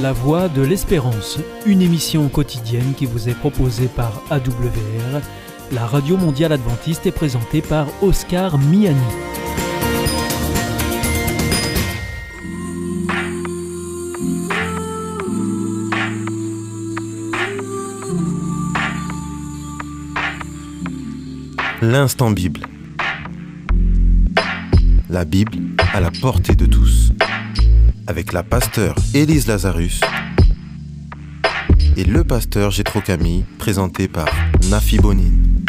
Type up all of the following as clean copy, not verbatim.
La Voix de l'Espérance, une émission quotidienne qui vous est proposée par AWR, la radio mondiale adventiste, est présentée par Oscar Miani. L'instant Bible. La Bible à la portée de tous. Avec la pasteure Élise Lazarus et le pasteur Jétro Camille, présenté par Nafi Bonine.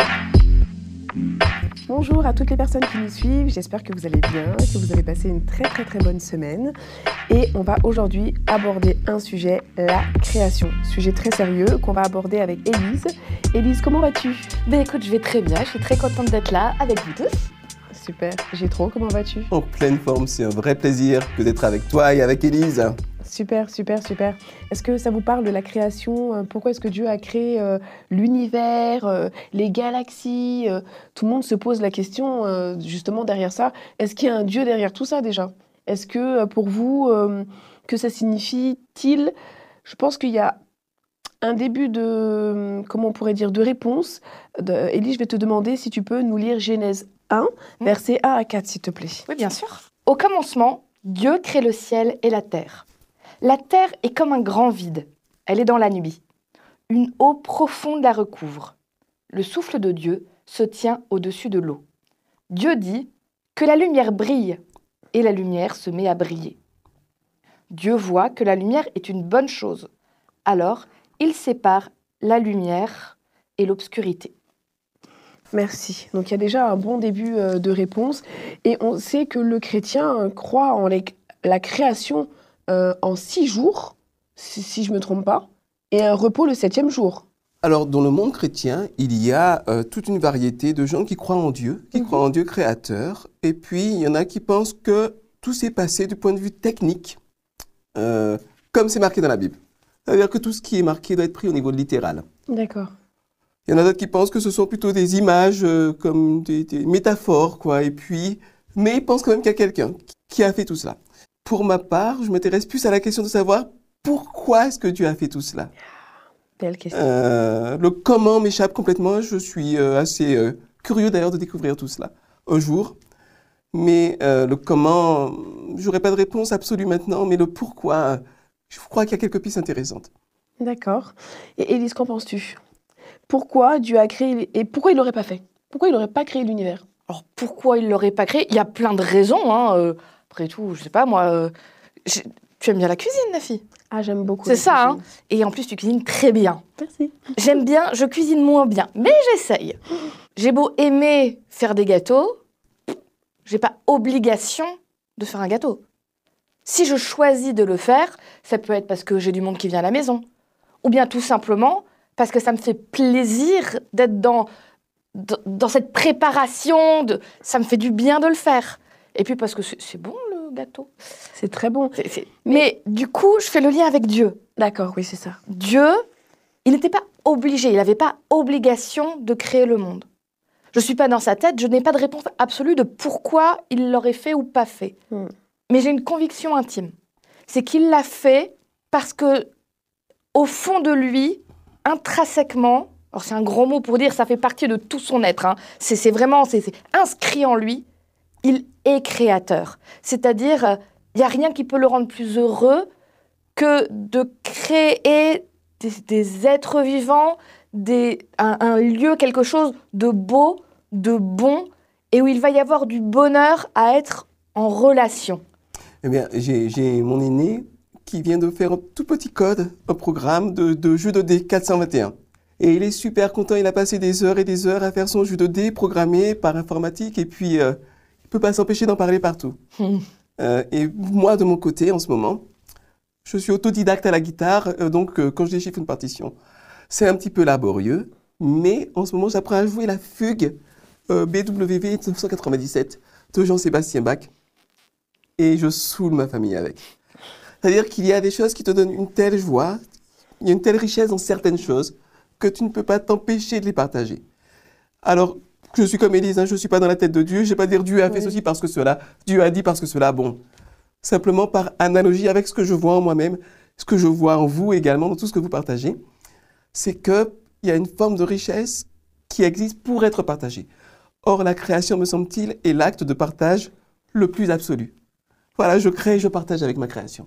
Bonjour à toutes les personnes qui nous suivent, j'espère que vous allez bien, que vous avez passé une très bonne semaine. Et on va aujourd'hui aborder un sujet, la création. Sujet très sérieux qu'on va aborder avec Élise. Élise, comment vas-tu ? Écoute, je vais très bien, je suis très contente d'être là avec vous tous. Super. Jétro, comment vas-tu ? En pleine forme, c'est un vrai plaisir que d'être avec toi et avec Élise. Super. Est-ce que ça vous parle de la création ? Pourquoi est-ce que Dieu a créé l'univers, les galaxies ? Tout le monde se pose la question justement derrière ça. Est-ce qu'il y a un Dieu derrière tout ça déjà ? Est-ce que pour vous, que ça signifie-t-il ? Je pense qu'il y a un début de, comment on pourrait dire, de réponse. Élie, je vais te demander si tu peux nous lire Genèse 1, versets 1 à 4, s'il te plaît. Oui, bien sûr. Au commencement, Dieu crée le ciel et la terre. La terre est comme un grand vide. Elle est dans la nuit. Une eau profonde la recouvre. Le souffle de Dieu se tient au-dessus de l'eau. Dieu dit que la lumière brille, et la lumière se met à briller. Dieu voit que la lumière est une bonne chose. Alors, il sépare la lumière et l'obscurité. Merci. Donc il y a déjà un bon début de réponse. Et on sait que le chrétien croit en la création en 6 jours, si je ne me trompe pas, et un repos le 7e jour. Alors, dans le monde chrétien, il y a toute une variété de gens qui croient en Dieu, qui croient en Dieu créateur. Et puis, il y en a qui pensent que tout s'est passé du point de vue technique, comme c'est marqué dans la Bible. C'est-à-dire que tout ce qui est marqué doit être pris au niveau littéral. D'accord. Il y en a d'autres qui pensent que ce sont plutôt des images comme des métaphores, quoi. Et puis, mais ils pensent quand même qu'il y a quelqu'un qui a fait tout cela. Pour ma part, je m'intéresse plus à la question de savoir pourquoi est-ce que Dieu a fait tout cela. Belle question. Le comment m'échappe complètement. Je suis assez curieux d'ailleurs de découvrir tout cela un jour. Mais le comment, j'aurais pas de réponse absolue maintenant, mais le pourquoi, je crois qu'il y a quelques pistes intéressantes. D'accord. Et Élise, qu'en penses-tu ? Pourquoi Dieu a créé et pourquoi il l'aurait pas fait ? Pourquoi il n'aurait pas créé l'univers ? Alors, pourquoi il ne l'aurait pas créé ? Il y a plein de raisons. Après tout, je sais pas, moi... Tu aimes bien la cuisine, Nafi ? Ah, j'aime beaucoup. C'est ça, hein ? Et en plus, tu cuisines très bien. Merci. J'aime bien, je cuisine moins bien, mais j'essaye. J'ai beau aimer faire des gâteaux, j'ai pas obligation de faire un gâteau. Si je choisis de le faire, ça peut être parce que j'ai du monde qui vient à la maison. Ou bien tout simplement parce que ça me fait plaisir d'être dans cette préparation, ça me fait du bien de le faire. Et puis parce que c'est bon le gâteau. C'est très bon. Mais du coup, je fais le lien avec Dieu. D'accord, oui, c'est ça. Dieu, il n'était pas obligé, il n'avait pas obligation de créer le monde. Je ne suis pas dans sa tête, je n'ai pas de réponse absolue de pourquoi il l'aurait fait ou pas fait. Mais j'ai une conviction intime. C'est qu'il l'a fait parce que, au fond de lui, intrinsèquement, alors c'est un grand mot pour dire, ça fait partie de tout son être, hein. C'est vraiment, c'est inscrit en lui, il est créateur. C'est-à-dire, il n'y a rien qui peut le rendre plus heureux que de créer des êtres vivants, un lieu, quelque chose de beau, de bon, et où il va y avoir du bonheur à être en relation. Eh bien, j'ai mon aîné qui vient de faire un tout petit code, un programme de jeu de dés 421. Et il est super content, il a passé des heures et des heures à faire son jeu de dés programmé par informatique, et puis il ne peut pas s'empêcher d'en parler partout. Et moi, de mon côté, en ce moment, je suis autodidacte à la guitare, donc quand je déchiffre une partition, c'est un petit peu laborieux, mais en ce moment, j'apprends à jouer la fugue BWV 1997 de Jean-Sébastien Bach, et je saoule ma famille avec. C'est-à-dire qu'il y a des choses qui te donnent une telle joie, il y a une telle richesse dans certaines choses, que tu ne peux pas t'empêcher de les partager. Alors, je suis comme Élise, hein, je ne suis pas dans la tête de Dieu, je ne vais pas dire Dieu a fait ceci parce que cela, Dieu a dit parce que cela, bon. Simplement par analogie avec ce que je vois en moi-même, ce que je vois en vous également, dans tout ce que vous partagez, c'est qu'il y a une forme de richesse qui existe pour être partagée. Or, la création, me semble-t-il, est l'acte de partage le plus absolu. Voilà, je crée et je partage avec ma création.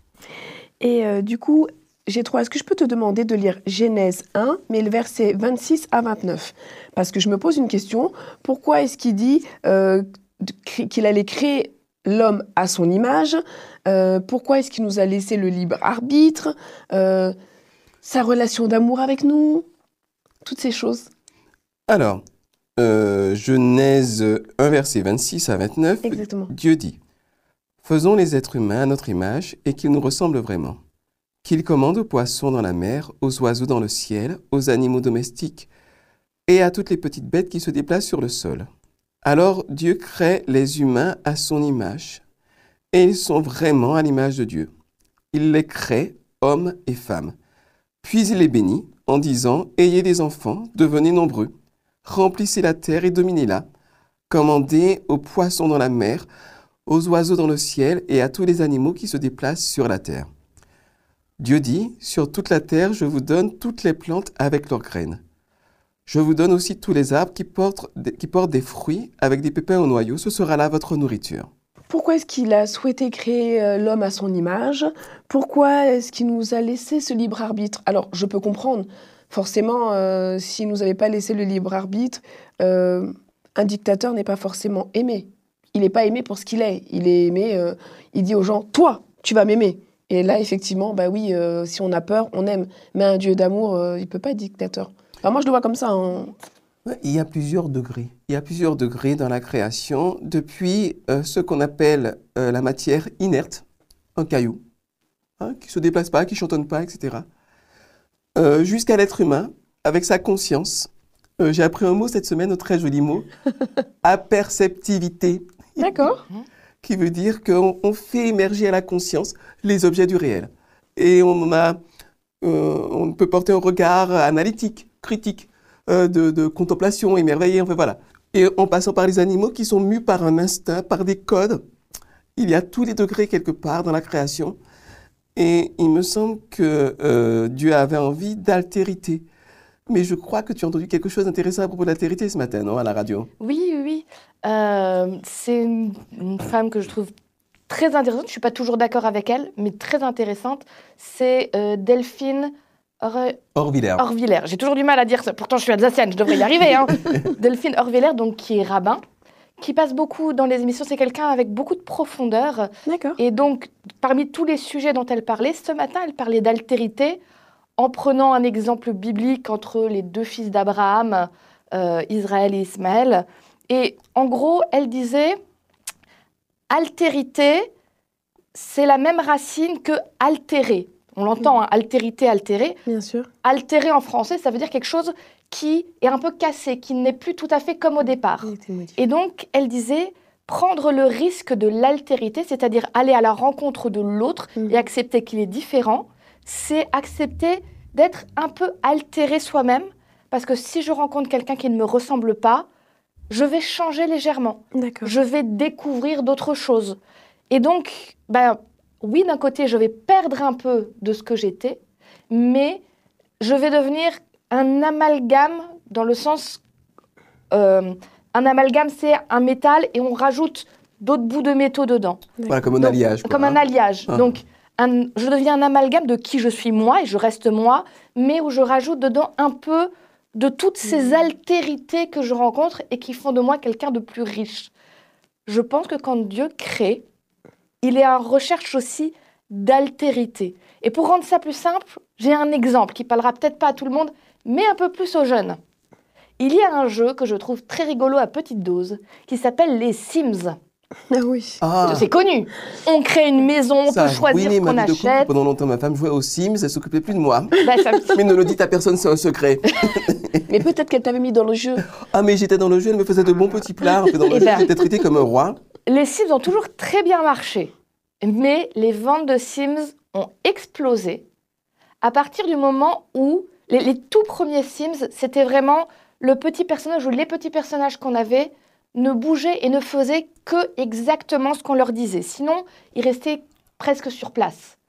Et du coup, Gétro, est-ce que je peux te demander de lire Genèse 1, mais le verset 26 à 29 ? Parce que je me pose une question, pourquoi est-ce qu'il dit qu'il allait créer l'homme à son image ? Pourquoi est-ce qu'il nous a laissé le libre arbitre ? Sa relation d'amour avec nous ? Toutes ces choses. Alors, Genèse 1, verset 26 à 29, Exactement. Dieu dit « Faisons les êtres humains à notre image et qu'ils nous ressemblent vraiment. Qu'ils commandent aux poissons dans la mer, aux oiseaux dans le ciel, aux animaux domestiques et à toutes les petites bêtes qui se déplacent sur le sol. Alors Dieu crée les humains à son image et ils sont vraiment à l'image de Dieu. Il les crée, hommes et femmes. Puis il les bénit en disant « Ayez des enfants, devenez nombreux. Remplissez la terre et dominez-la. Commandez aux poissons dans la mer, aux oiseaux dans le ciel et à tous les animaux qui se déplacent sur la terre. » Dieu dit, « Sur toute la terre, je vous donne toutes les plantes avec leurs graines. Je vous donne aussi tous les arbres qui portent des fruits avec des pépins au noyau. Ce sera là votre nourriture. » Pourquoi est-ce qu'il a souhaité créer l'homme à son image ? Pourquoi est-ce qu'il nous a laissé ce libre arbitre ? Alors, je peux comprendre. Forcément, s'il ne nous avait pas laissé le libre arbitre, un dictateur n'est pas forcément aimé. Il n'est pas aimé pour ce qu'il est. Il est aimé, il dit aux gens, toi, tu vas m'aimer. Et là, effectivement, bah oui, si on a peur, on aime. Mais un Dieu d'amour, il ne peut pas être dictateur. Enfin, moi, je le vois comme ça. Hein. Il y a plusieurs degrés. Il y a plusieurs degrés dans la création, depuis ce qu'on appelle la matière inerte, un caillou, hein, qui ne se déplace pas, qui ne chantonne pas, etc., jusqu'à l'être humain, avec sa conscience. J'ai appris un mot cette semaine, un très joli mot, aperceptivité. D'accord. Qui veut dire qu'on fait émerger à la conscience les objets du réel. Et on peut porter un regard analytique, critique, de contemplation, émerveillé, enfin voilà. Et en passant par les animaux qui sont mus par un instinct, par des codes, il y a tous les degrés quelque part dans la création. Et il me semble que Dieu avait envie d'altérité. Mais je crois que tu as entendu quelque chose d'intéressant à propos de l'altérité ce matin, non, à la radio? Oui. C'est une femme que je trouve très intéressante. Je ne suis pas toujours d'accord avec elle, mais très intéressante. C'est Delphine Orviller. J'ai toujours du mal à dire ça. Pourtant, je suis alsacienne, je devrais y arriver. Hein. Delphine Orviller, donc, qui est rabbin, qui passe beaucoup dans les émissions. C'est quelqu'un avec beaucoup de profondeur. D'accord. Et donc, parmi tous les sujets dont elle parlait, ce matin, elle parlait d'altérité en prenant un exemple biblique entre les deux fils d'Abraham, Israël et Ismaël. Et en gros, elle disait « altérité, c'est la même racine que altérer ». On l'entend, hein, altérité, altérer. Bien sûr. Altérer en français, ça veut dire quelque chose qui est un peu cassé, qui n'est plus tout à fait comme au départ. Et donc, elle disait prendre le risque de l'altérité, c'est-à-dire aller à la rencontre de l'autre et accepter qu'il est différent, c'est accepter d'être un peu altéré soi-même, parce que si je rencontre quelqu'un qui ne me ressemble pas, je vais changer légèrement. D'accord. Je vais découvrir d'autres choses. Et donc, oui, d'un côté, je vais perdre un peu de ce que j'étais, mais je vais devenir un amalgame dans le sens... un amalgame, c'est un métal et on rajoute d'autres bouts de métaux dedans. Voilà, comme un alliage. Quoi, comme un alliage. Donc, je deviens un amalgame de qui je suis moi et je reste moi, mais où je rajoute dedans un peu de toutes ces altérités que je rencontre et qui font de moi quelqu'un de plus riche. Je pense que quand Dieu crée, il est en recherche aussi d'altérité. Et pour rendre ça plus simple, j'ai un exemple qui parlera peut-être pas à tout le monde, mais un peu plus aux jeunes. Il y a un jeu que je trouve très rigolo à petite dose qui s'appelle les Sims. Ah oui. C'est connu. On crée une maison, on peut choisir ce qu'on achète. Pendant longtemps, ma femme jouait aux Sims, elle s'occupait plus de moi. Mais ne le dites à personne, c'est un secret. Mais peut-être qu'elle t'avait mis dans le jeu. Ah, mais j'étais dans le jeu, elle me faisait de bons petits plats. En fait, dans le jeu, j'étais traité comme un roi. Les Sims ont toujours très bien marché. Mais les ventes de Sims ont explosé à partir du moment où les tout premiers Sims, c'était vraiment le petit personnage ou les petits personnages qu'on avait ne bougeaient et ne faisaient que exactement ce qu'on leur disait. Sinon, ils restaient presque sur place.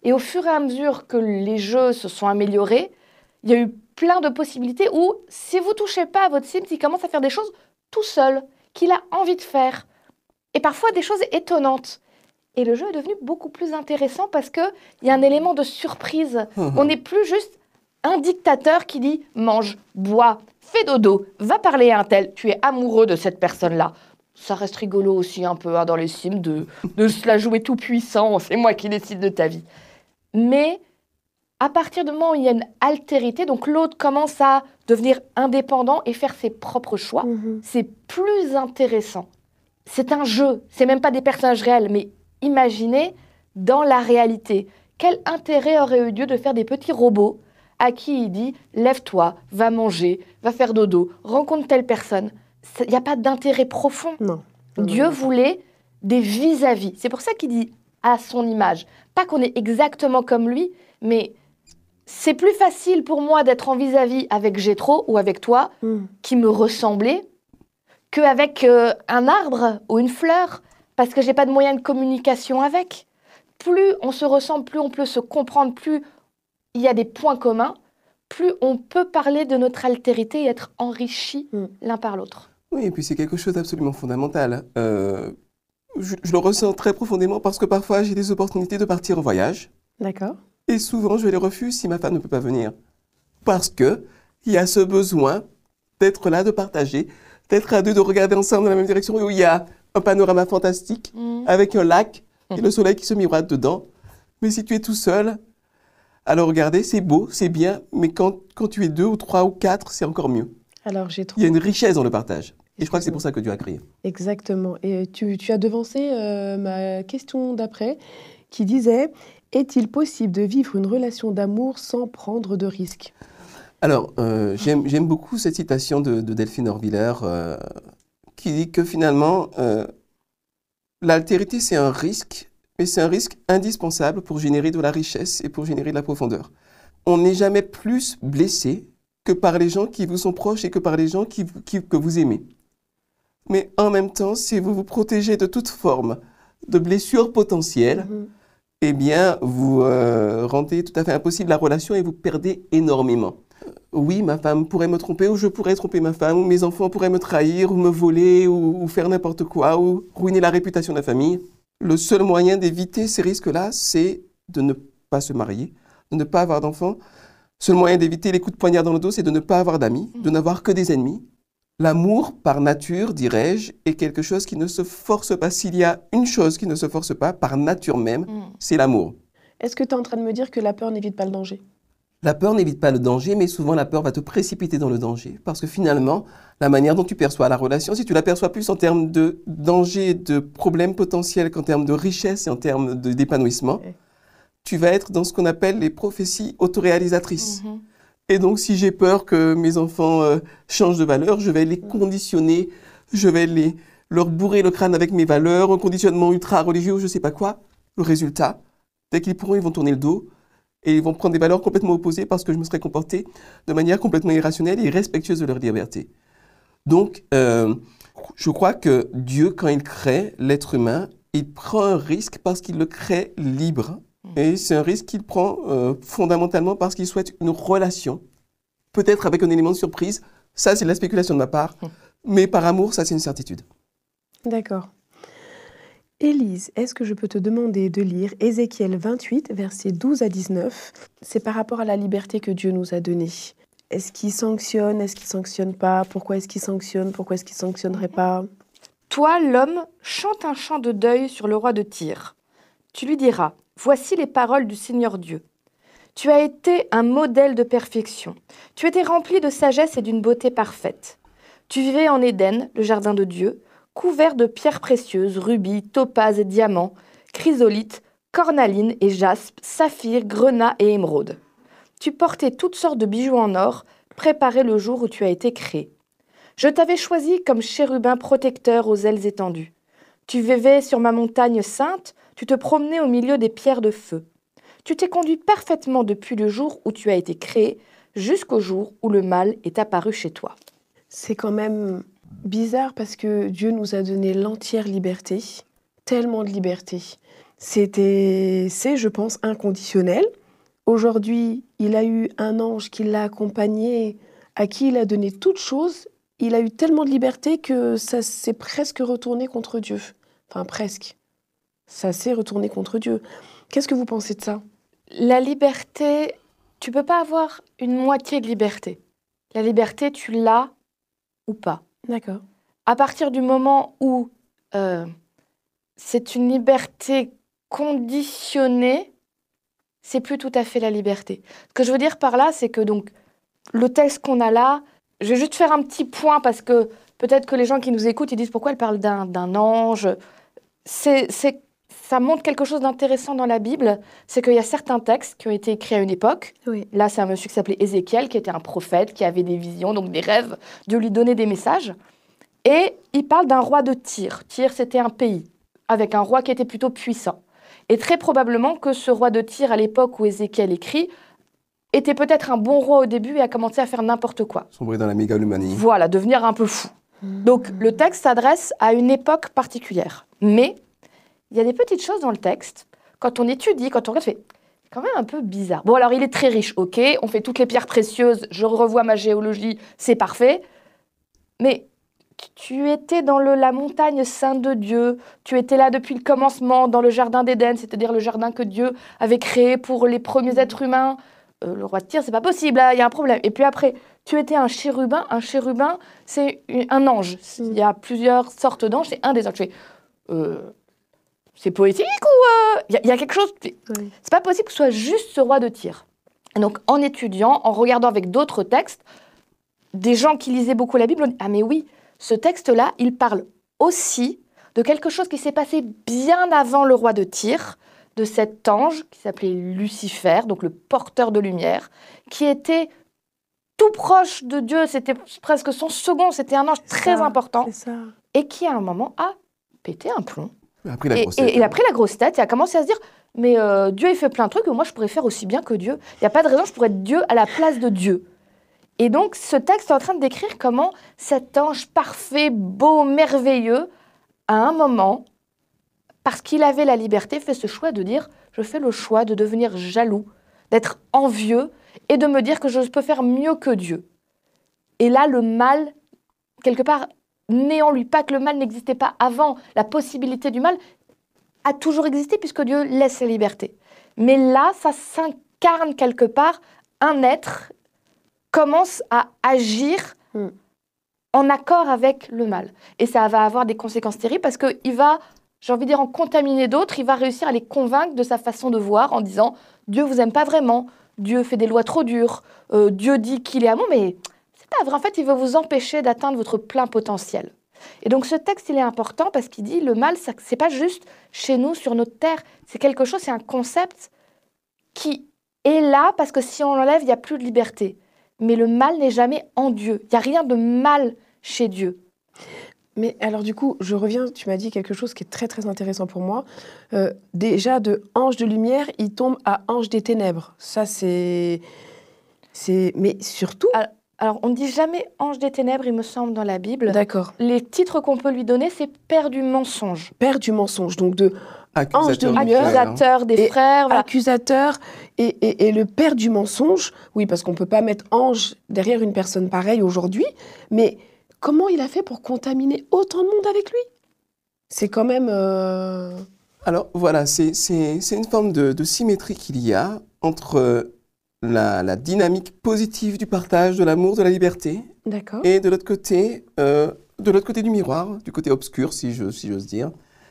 Et au fur et à mesure que les jeux se sont améliorés, il y a eu plein de possibilités où, si vous ne touchez pas à votre Sims, il commence à faire des choses tout seul, qu'il a envie de faire. Et parfois des choses étonnantes. Et le jeu est devenu beaucoup plus intéressant parce qu'il y a un élément de surprise. On n'est plus juste un dictateur qui dit « mange, bois, fais dodo, va parler à un tel, tu es amoureux de cette personne-là ». Ça reste rigolo aussi un peu dans les Sims de se la jouer tout puissant, c'est moi qui décide de ta vie. Mais à partir du moment où il y a une altérité, donc l'autre commence à devenir indépendant et faire ses propres choix, c'est plus intéressant. C'est un jeu, c'est même pas des personnages réels, mais imaginez dans la réalité. Quel intérêt aurait eu lieu de faire des petits robots à qui il dit « lève-toi, va manger, va faire dodo, rencontre telle personne ». Il n'y a pas d'intérêt profond. Non. Dieu voulait des vis-à-vis. C'est pour ça qu'il dit à son image. Pas qu'on est exactement comme lui, mais c'est plus facile pour moi d'être en vis-à-vis avec Jétro ou avec toi, qui me ressemblait, qu'avec un arbre ou une fleur, parce que j'ai pas de moyen de communication avec. Plus on se ressemble, plus on peut se comprendre, plus il y a des points communs, plus on peut parler de notre altérité et être enrichis l'un par l'autre. Oui, et puis c'est quelque chose d'absolument fondamental. Je le ressens très profondément parce que parfois j'ai des opportunités de partir en voyage. D'accord. Et souvent je les refuse si ma femme ne peut pas venir. Parce qu'il y a ce besoin d'être là, de partager, d'être à deux, de regarder ensemble dans la même direction où il y a un panorama fantastique avec un lac et le soleil qui se miroite dedans. Mais si tu es tout seul, alors regardez, c'est beau, c'est bien, mais quand tu es 2 ou 3 ou 4, c'est encore mieux. Alors, Il y a une richesse dans le partage. Et je crois que c'est pour ça que Dieu a créé. Exactement. Et tu as devancé ma question d'après qui disait « Est-il possible de vivre une relation d'amour sans prendre de risques ?» Alors, j'aime beaucoup cette citation de Delphine Orviller qui dit que finalement, l'altérité, c'est un risque, mais c'est un risque indispensable pour générer de la richesse et pour générer de la profondeur. On n'est jamais plus blessé que par les gens qui vous sont proches et que par les gens que vous aimez. Mais en même temps, si vous vous protégez de toute forme de blessures potentielles, eh bien, vous rendez tout à fait impossible la relation et vous perdez énormément. Oui, ma femme pourrait me tromper, ou je pourrais tromper ma femme, ou mes enfants pourraient me trahir, ou me voler, ou faire n'importe quoi, ou ruiner la réputation de la famille. Le seul moyen d'éviter ces risques-là, c'est de ne pas se marier, de ne pas avoir d'enfants. Le seul moyen d'éviter les coups de poignard dans le dos, c'est de ne pas avoir d'amis, de n'avoir que des ennemis. L'amour, par nature, dirais-je, est quelque chose qui ne se force pas. S'il y a une chose qui ne se force pas, par nature même, c'est l'amour. Est-ce que tu es en train de me dire que la peur n'évite pas le danger ? La peur n'évite pas le danger, mais souvent la peur va te précipiter dans le danger. Parce que finalement, la manière dont tu perçois la relation, si tu la perçois plus en termes de danger, de problèmes potentiels qu'en termes de richesse et en termes d'épanouissement, tu vas être dans ce qu'on appelle les prophéties autoréalisatrices. Et donc, si j'ai peur que mes enfants changent de valeur, je vais les conditionner, je vais leur bourrer le crâne avec mes valeurs, un conditionnement ultra-religieux, je ne sais pas quoi. Le résultat, dès qu'ils pourront, ils vont tourner le dos et ils vont prendre des valeurs complètement opposées parce que je me serais comporté de manière complètement irrationnelle et irrespectueuse de leur liberté. Donc, je crois que Dieu, quand il crée l'être humain, il prend un risque parce qu'il le crée libre. Et c'est un risque qu'il prend fondamentalement parce qu'il souhaite une relation, peut-être avec un élément de surprise. Ça, c'est de la spéculation de ma part. Mais par amour, ça, c'est une certitude. D'accord. Élise, est-ce que je peux te demander de lire Ézéchiel 28, versets 12 à 19 ? C'est par rapport à la liberté que Dieu nous a donnée. Est-ce qu'il sanctionne ? Est-ce qu'il ne sanctionne pas ? Pourquoi est-ce qu'il sanctionne ? Pourquoi est-ce qu'il ne sanctionnerait pas ? Toi, l'homme, chante un chant de deuil sur le roi de Tyr. Tu lui diras, voici les paroles du Seigneur Dieu. Tu as été un modèle de perfection. Tu étais rempli de sagesse et d'une beauté parfaite. Tu vivais en Éden, le jardin de Dieu, couvert de pierres précieuses, rubis, topazes et diamants, chrysolites, cornalines et jaspes, saphirs, grenats et émeraudes. Tu portais toutes sortes de bijoux en or, préparés le jour où tu as été créé. Je t'avais choisi comme chérubin protecteur aux ailes étendues. Tu vivais sur ma montagne sainte, tu te promenais au milieu des pierres de feu. Tu t'es conduit parfaitement depuis le jour où tu as été créé, jusqu'au jour où le mal est apparu chez toi. C'est quand même bizarre parce que Dieu nous a donné l'entière liberté, tellement de liberté. c'est, je pense, inconditionnel. Aujourd'hui, il a eu un ange qui l'a accompagné, à qui il a donné toutes choses. Il a eu tellement de liberté que ça s'est presque retourné contre Dieu. Enfin, presque. Ça s'est retourné contre Dieu. Qu'est-ce que vous pensez de ça? La liberté, tu peux pas avoir une moitié de liberté. La liberté, tu l'as ou pas. D'accord. À partir du moment où c'est une liberté conditionnée, c'est plus tout à fait la liberté. Ce que je veux dire par là, c'est que donc le texte qu'on a là, je vais juste faire un petit point parce que peut-être que les gens qui nous écoutent, ils disent pourquoi elle parle d'un ange. Ça montre quelque chose d'intéressant dans la Bible, c'est qu'il y a certains textes qui ont été écrits à une époque. Oui. Là, c'est un monsieur qui s'appelait Ézéchiel, qui était un prophète, qui avait des visions, donc des rêves. Dieu lui donnait des messages. Et il parle d'un roi de Tyr. Tyr, c'était un pays, avec un roi qui était plutôt puissant. Et très probablement que ce roi de Tyr, à l'époque où Ézéchiel écrit, était peut-être un bon roi au début et a commencé à faire n'importe quoi. Sombrer dans la mégalomanie. Voilà, devenir un peu fou. Donc, le texte s'adresse à une époque particulière. Mais il y a des petites choses dans le texte. Quand on étudie, quand on regarde, c'est quand même un peu bizarre. Bon, alors, il est très riche, ok. On fait toutes les pierres précieuses. Je revois ma géologie, c'est parfait. Mais tu étais dans la montagne sainte de Dieu. Tu étais là depuis le commencement, dans le jardin d'Éden, c'est-à-dire le jardin que Dieu avait créé pour les premiers êtres humains. Le roi de Tyr, c'est pas possible, là, il y a un problème. Et puis après, tu étais un chérubin. Un chérubin, c'est un ange. Il y a plusieurs sortes d'anges, c'est un des anges. C'est poétique ou il y a quelque chose. Oui. C'est pas possible que ce soit juste ce roi de Tyr. Et donc, en étudiant, en regardant avec d'autres textes, des gens qui lisaient beaucoup la Bible ont dit ah mais oui, ce texte-là, il parle aussi de quelque chose qui s'est passé bien avant le roi de Tyr, de cet ange qui s'appelait Lucifer, donc le porteur de lumière, qui était tout proche de Dieu, c'était presque son second, c'était un ange très important, et qui à un moment a pété un plomb. Il a pris la grosse tête. Et il a pris la grosse tête et a commencé à se dire mais Dieu il fait plein de trucs, mais moi je pourrais faire aussi bien que Dieu. Il n'y a pas de raison, je pourrais être Dieu à la place de Dieu. Et donc ce texte est en train de décrire comment cet ange parfait, beau, merveilleux, à un moment, parce qu'il avait la liberté, fait ce choix de dire je fais le choix de devenir jaloux, d'être envieux et de me dire que je peux faire mieux que Dieu. Et là, le mal, quelque part, né en lui, pas que le mal n'existait pas avant, la possibilité du mal a toujours existé puisque Dieu laisse la liberté. Mais là, ça s'incarne quelque part, un être commence à agir en accord avec le mal. Et ça va avoir des conséquences terribles parce qu'il va, j'ai envie de dire, en contaminer d'autres, il va réussir à les convaincre de sa façon de voir en disant « Dieu vous aime pas vraiment, Dieu fait des lois trop dures, Dieu dit qu'il est amour, mais c'est pas vrai, en fait, il veut vous empêcher d'atteindre votre plein potentiel. » Et donc ce texte, il est important parce qu'il dit le mal, c'est pas juste chez nous, sur notre terre, c'est quelque chose, c'est un concept qui est là parce que si on l'enlève, il n'y a plus de liberté. Mais le mal n'est jamais en Dieu. Il n'y a rien de mal chez Dieu. Mais alors du coup, je reviens, tu m'as dit quelque chose qui est très très intéressant pour moi. Déjà, de ange de lumière, il tombe à ange des ténèbres. Ça, c'est... Mais surtout... Alors, on ne dit jamais ange des ténèbres, il me semble, dans la Bible. D'accord. Les titres qu'on peut lui donner, c'est père du mensonge. Père du mensonge, donc de ange de lumière. Accusateur des frères. Voilà. Accusateur et le père du mensonge. Oui, parce qu'on ne peut pas mettre ange derrière une personne pareille aujourd'hui. Mais comment il a fait pour contaminer autant de monde avec lui? C'est quand même... Alors, voilà, c'est une forme de symétrie qu'il y a entre... La dynamique positive du partage, de l'amour, de la liberté. D'accord. Et de l'autre côté du miroir, du côté obscur, si j'ose dire,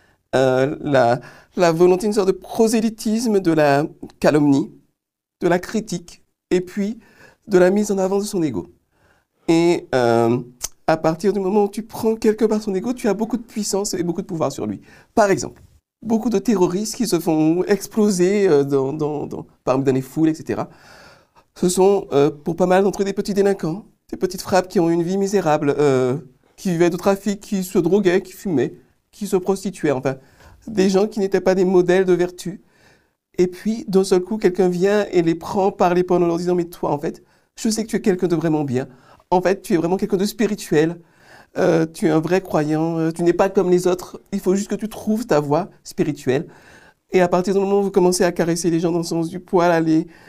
la volonté, une sorte de prosélytisme de la calomnie, de la critique, et puis de la mise en avant de son ego. Et à partir du moment où tu prends quelque part son ego, tu as beaucoup de puissance et beaucoup de pouvoir sur lui. Par exemple, beaucoup de terroristes qui se font exploser parmi dans les foules, etc., ce sont, pour pas mal d'entre eux, des petits délinquants, des petites frappes qui ont une vie misérable, qui vivaient de trafic, qui se droguaient, qui fumaient, qui se prostituaient, enfin, des gens qui n'étaient pas des modèles de vertu. Et puis, d'un seul coup, quelqu'un vient et les prend par l'épaule en leur disant « Mais toi, en fait, je sais que tu es quelqu'un de vraiment bien. En fait, tu es vraiment quelqu'un de spirituel. Tu es un vrai croyant. Tu n'es pas comme les autres. Il faut juste que tu trouves ta voie spirituelle. » Et à partir du moment où vous commencez à caresser les gens dans le sens du poil,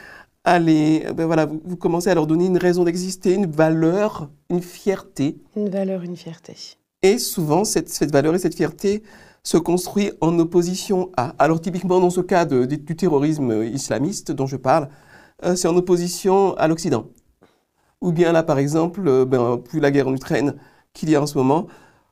vous commencez à leur donner une raison d'exister, une valeur, une fierté. Une valeur, une fierté. Et souvent, cette valeur et cette fierté se construit en opposition à. Alors typiquement, dans ce cas du terrorisme islamiste dont je parle, c'est en opposition à l'Occident. Ou bien là, par exemple, vu la guerre en Ukraine qu'il y a en ce moment,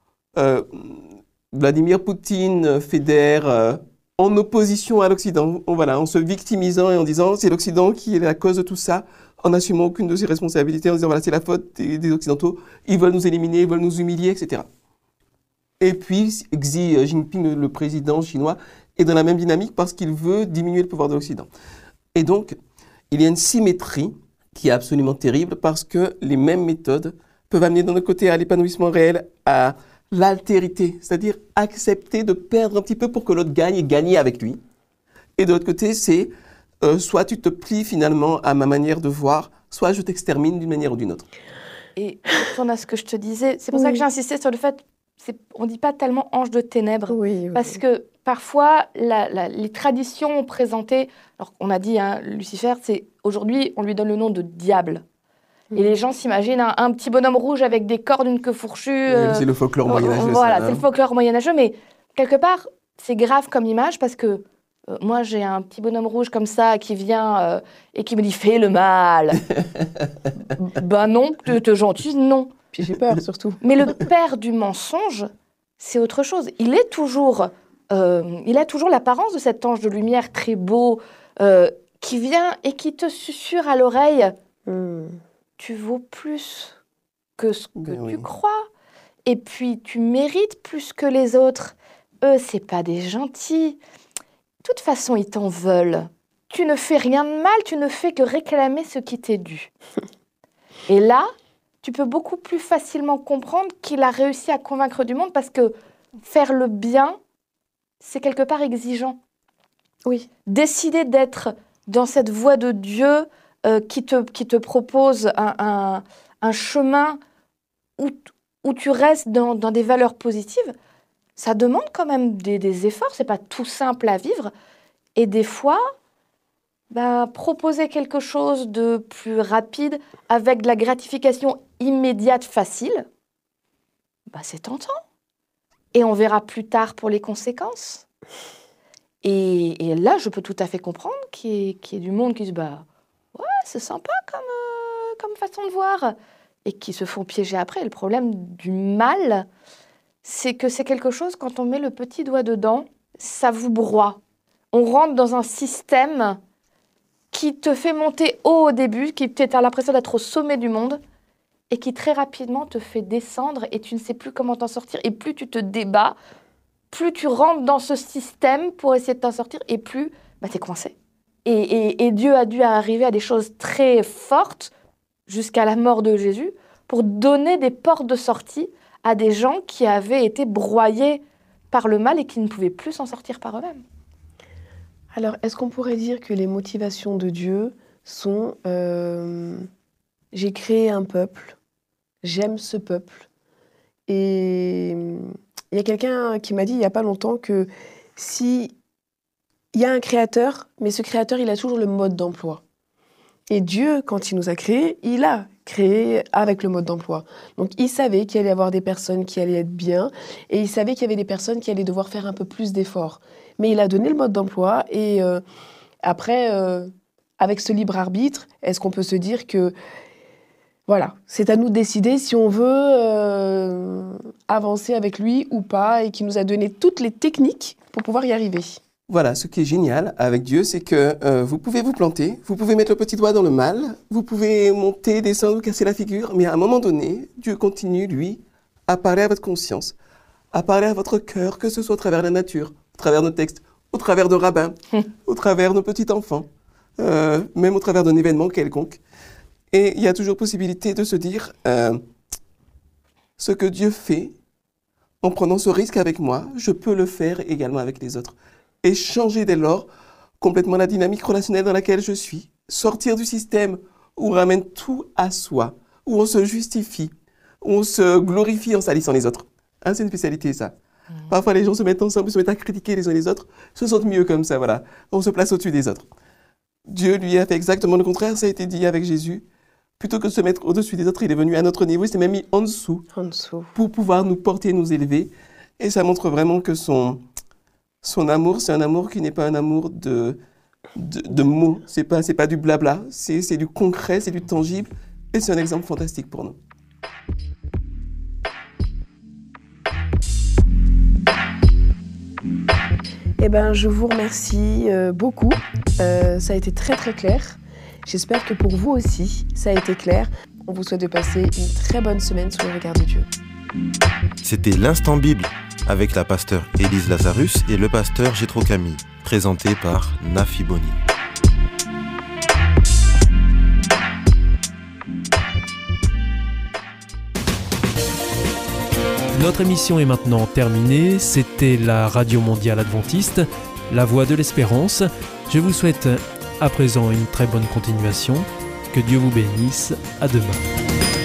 Vladimir Poutine fédère en opposition à l'Occident, en se victimisant et en disant c'est l'Occident qui est la cause de tout ça, en n'assumant aucune de ses responsabilités, en disant voilà, c'est la faute des Occidentaux, ils veulent nous éliminer, ils veulent nous humilier, etc. Et puis Xi Jinping, le président chinois, est dans la même dynamique parce qu'il veut diminuer le pouvoir de l'Occident. Et donc, il y a une symétrie qui est absolument terrible parce que les mêmes méthodes peuvent amener d'un côté à l'épanouissement réel, à l'altérité, c'est-à-dire accepter de perdre un petit peu pour que l'autre gagne et gagner avec lui. Et de l'autre côté, c'est soit tu te plies finalement à ma manière de voir, soit je t'extermine d'une manière ou d'une autre. Et je retourne à ce que je te disais, c'est pour ça que j'ai insisté sur le fait, on ne dit pas tellement ange de ténèbres, parce que parfois les traditions ont présenté, alors on a dit Lucifer, aujourd'hui on lui donne le nom de diable. Et les gens s'imaginent un petit bonhomme rouge avec des cordes, une queue fourchue. C'est le folklore moyenâgeux. Voilà, c'est le folklore moyenâgeux. Mais quelque part, c'est grave comme image parce que moi, j'ai un petit bonhomme rouge comme ça qui vient et qui me dit « fais le mal ». Ben non, t'es gentil, non. Puis j'ai peur surtout. Mais le père du mensonge, c'est autre chose. Il a toujours l'apparence de cet ange de lumière très beau qui vient et qui te susurre à l'oreille tu vaux plus que ce que tu crois. Et puis, tu mérites plus que les autres. Eux, c'est pas des gentils. De toute façon, ils t'en veulent. Tu ne fais rien de mal, tu ne fais que réclamer ce qui t'est dû. Et là, tu peux beaucoup plus facilement comprendre qu'il a réussi à convaincre du monde parce que faire le bien, c'est quelque part exigeant. Oui. Décider d'être dans cette voie de Dieu qui te propose un chemin où tu restes dans des valeurs positives, ça demande quand même des efforts. C'est pas tout simple à vivre. Et des fois, proposer quelque chose de plus rapide avec de la gratification immédiate facile, c'est tentant. Et on verra plus tard pour les conséquences. Et là, je peux tout à fait comprendre qu'il y ait du monde qui se bat. Ouais, c'est sympa comme façon de voir. Et qui se font piéger après. Le problème du mal, c'est que c'est quelque chose, quand on met le petit doigt dedans, ça vous broie. On rentre dans un système qui te fait monter haut au début, qui tu as l'impression d'être au sommet du monde, et qui très rapidement te fait descendre et tu ne sais plus comment t'en sortir. Et plus tu te débats, plus tu rentres dans ce système pour essayer de t'en sortir, et plus t'es coincé. Et Dieu a dû arriver à des choses très fortes, jusqu'à la mort de Jésus, pour donner des portes de sortie à des gens qui avaient été broyés par le mal et qui ne pouvaient plus s'en sortir par eux-mêmes. Alors, est-ce qu'on pourrait dire que les motivations de Dieu sont j'ai créé un peuple, j'aime ce peuple. Et il y a quelqu'un qui m'a dit il n'y a pas longtemps que si il y a un créateur, mais ce créateur, il a toujours le mode d'emploi. Et Dieu, quand il nous a créés, il a créé avec le mode d'emploi. Donc, il savait qu'il allait y avoir des personnes qui allaient être bien, et il savait qu'il y avait des personnes qui allaient devoir faire un peu plus d'efforts. Mais il a donné le mode d'emploi, et après, avec ce libre arbitre, est-ce qu'on peut se dire que, voilà, c'est à nous de décider si on veut avancer avec lui ou pas, et qu'il nous a donné toutes les techniques pour pouvoir y arriver. Voilà, ce qui est génial avec Dieu, c'est que vous pouvez vous planter, vous pouvez mettre le petit doigt dans le mal, vous pouvez monter, descendre, vous casser la figure, mais à un moment donné, Dieu continue, lui, à parler à votre conscience, à parler à votre cœur, que ce soit au travers de la nature, au travers de nos textes, au travers de rabbins, au travers de nos petits enfants, même au travers d'un événement quelconque. Et il y a toujours possibilité de se dire, ce que Dieu fait, en prenant ce risque avec moi, je peux le faire également avec les autres. Et changer dès lors complètement la dynamique relationnelle dans laquelle je suis. Sortir du système où on ramène tout à soi, où on se justifie, où on se glorifie en salissant les autres. C'est une spécialité, ça. Parfois, les gens se mettent ensemble, se mettent à critiquer les uns les autres, se sentent mieux comme ça, voilà. On se place au-dessus des autres. Dieu, lui, a fait exactement le contraire, ça a été dit avec Jésus. Plutôt que de se mettre au-dessus des autres, il est venu à notre niveau, il s'est même mis en dessous. Pour pouvoir nous porter, nous élever. Et ça montre vraiment que son amour, c'est un amour qui n'est pas un amour de mots. C'est pas du blabla, c'est du concret, c'est du tangible. Et c'est un exemple fantastique pour nous. Eh ben, je vous remercie beaucoup. Ça a été très très clair. J'espère que pour vous aussi, ça a été clair. On vous souhaite de passer une très bonne semaine sous le regard de Dieu. C'était l'Instant Bible avec la pasteure Élise Lazarus et le pasteur Jétro Camille, présenté par Nafi Boni. Notre émission est maintenant terminée. C'était la Radio Mondiale Adventiste, la voix de l'espérance. Je vous souhaite à présent une très bonne continuation. Que Dieu vous bénisse. À demain.